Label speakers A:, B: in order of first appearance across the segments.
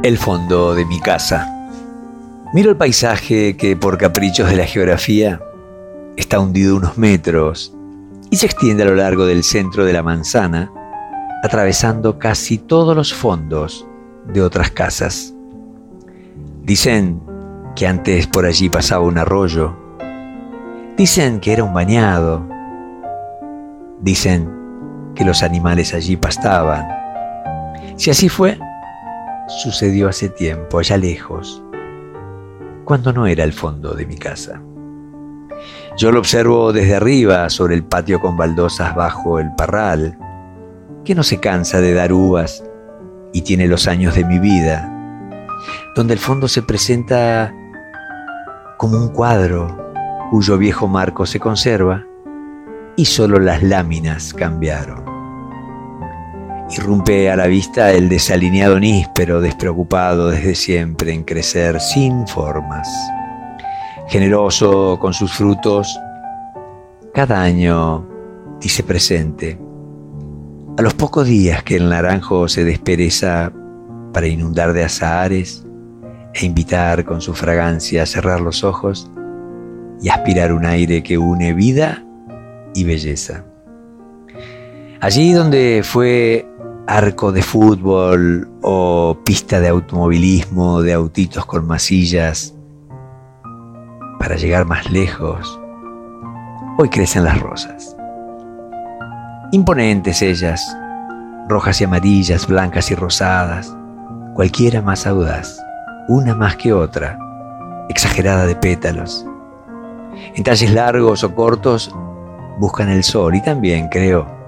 A: El fondo de mi casa. Miro el paisaje que por caprichos de la geografía está hundido unos metros y se extiende a lo largo del centro de la manzana, atravesando casi todos los fondos de otras casas. Dicen que antes por allí pasaba un arroyo. Dicen que era un bañado. Dicen que los animales allí pastaban. Si así fue, sucedió hace tiempo, allá lejos, cuando no era el fondo de mi casa. Yo lo observo desde arriba, sobre el patio con baldosas bajo el parral, que no se cansa de dar uvas y tiene los años de mi vida, donde el fondo se presenta como un cuadro cuyo viejo marco se conserva y solo las láminas cambiaron. Irrumpe a la vista el desalineado níspero, despreocupado desde siempre en crecer sin formas. Generoso con sus frutos, cada año dice presente. A los pocos días que el naranjo se despereza para inundar de azahares e invitar con su fragancia a cerrar los ojos y aspirar un aire que une vida y belleza. Allí donde fue arco de fútbol o pista de automovilismo de autitos con masillas, para llegar más lejos, hoy crecen las rosas. Imponentes ellas, rojas y amarillas, blancas y rosadas, cualquiera más audaz, una más que otra, exagerada de pétalos. En talles largos o cortos buscan el sol y también, creo,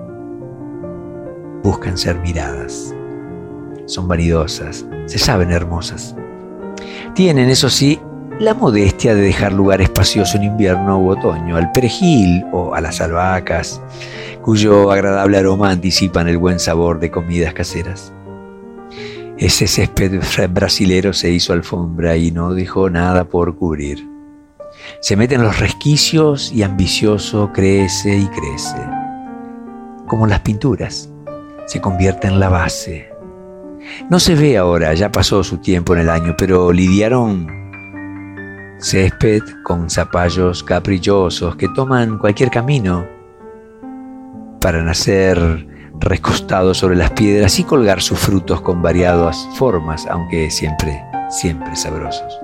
A: buscan ser miradas. Son vanidosas, se saben hermosas. Tienen, eso sí, la modestia de dejar lugar espacioso en invierno u otoño al perejil o a las albahacas, cuyo agradable aroma anticipan el buen sabor de comidas caseras. Ese césped brasilero se hizo alfombra y no dejó nada por cubrir. Se meten los resquicios y ambicioso crece y crece. Como las pinturas, se convierte en la base. No se ve ahora, ya pasó su tiempo en el año, pero lidiaron césped con zapallos caprichosos que toman cualquier camino para nacer recostados sobre las piedras y colgar sus frutos con variadas formas, aunque siempre sabrosos.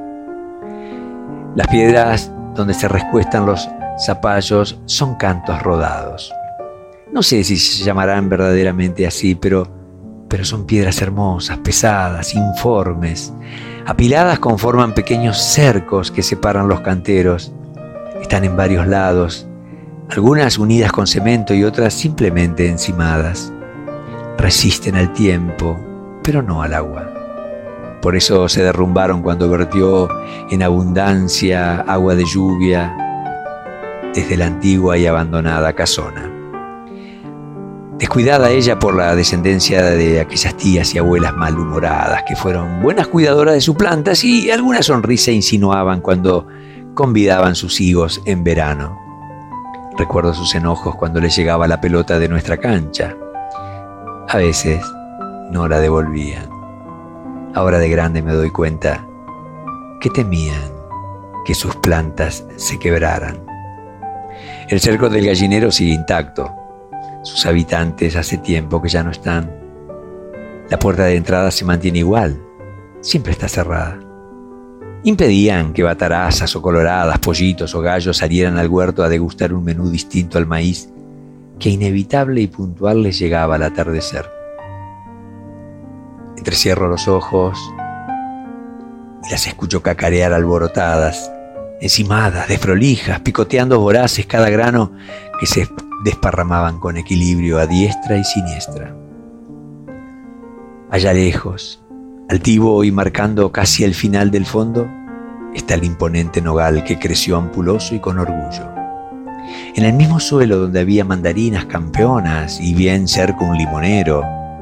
A: Las piedras donde se recuestan los zapallos son cantos rodados. No sé si se llamarán verdaderamente así, pero son piedras hermosas, pesadas, informes. Apiladas conforman pequeños cercos que separan los canteros. Están en varios lados, algunas unidas con cemento y otras simplemente encimadas. Resisten al tiempo, pero no al agua. Por eso se derrumbaron cuando vertió en abundancia agua de lluvia desde la antigua y abandonada casona. Descuidada ella por la descendencia de aquellas tías y abuelas malhumoradas que fueron buenas cuidadoras de sus plantas y alguna sonrisa insinuaban cuando convidaban sus higos en verano. Recuerdo sus enojos cuando les llegaba la pelota de nuestra cancha. A veces no la devolvían. Ahora de grande me doy cuenta que temían que sus plantas se quebraran. El cerco del gallinero sigue intacto. Sus habitantes hace tiempo que ya no están. La puerta de entrada se mantiene igual, siempre está cerrada. Impedían que batarazas o coloradas, pollitos o gallos salieran al huerto a degustar un menú distinto al maíz que inevitable y puntual les llegaba al atardecer. Entrecierro los ojos y las escucho cacarear alborotadas, encimadas, desprolijas, picoteando voraces cada grano que se desparramaban con equilibrio a diestra y siniestra. Allá lejos, altivo y marcando casi el final del fondo, está el imponente nogal que creció ampuloso y con orgullo. En el mismo suelo donde había mandarinas campeonas y bien cerca un limonero,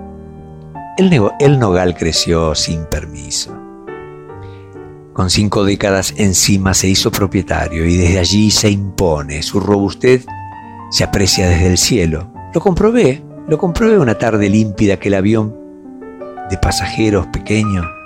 A: el nogal creció sin permiso. Con 5 décadas encima se hizo propietario y desde allí se impone. Su robustez se aprecia desde el cielo. Lo comprobé una tarde límpida que el avión de pasajeros pequeño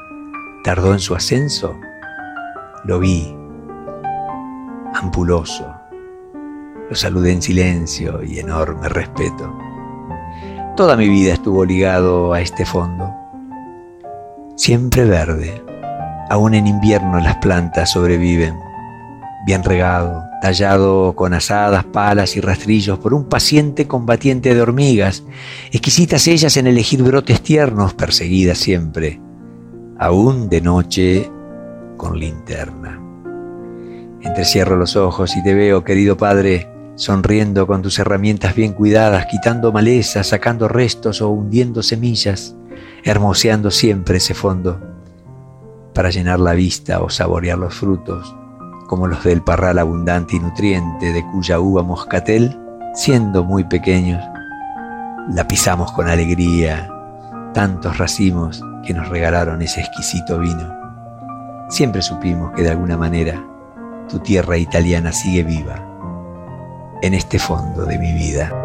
A: tardó en su ascenso, lo vi, ampuloso. Lo saludé en silencio y enorme respeto. Toda mi vida estuvo ligado a este fondo. Siempre verde. Aún en invierno las plantas sobreviven. Bien regado, tallado con asadas, palas y rastrillos por un paciente combatiente de hormigas, exquisitas ellas en elegir brotes tiernos, perseguidas siempre, aún de noche con linterna. Entrecierro los ojos y te veo, querido padre, sonriendo con tus herramientas bien cuidadas, quitando malezas, sacando restos o hundiendo semillas, hermoseando siempre ese fondo, para llenar la vista o saborear los frutos, como los del parral abundante y nutriente, de cuya uva moscatel, siendo muy pequeños, la pisamos con alegría, tantos racimos que nos regalaron ese exquisito vino. Siempre supimos que de alguna manera tu tierra italiana sigue viva en este fondo de mi vida.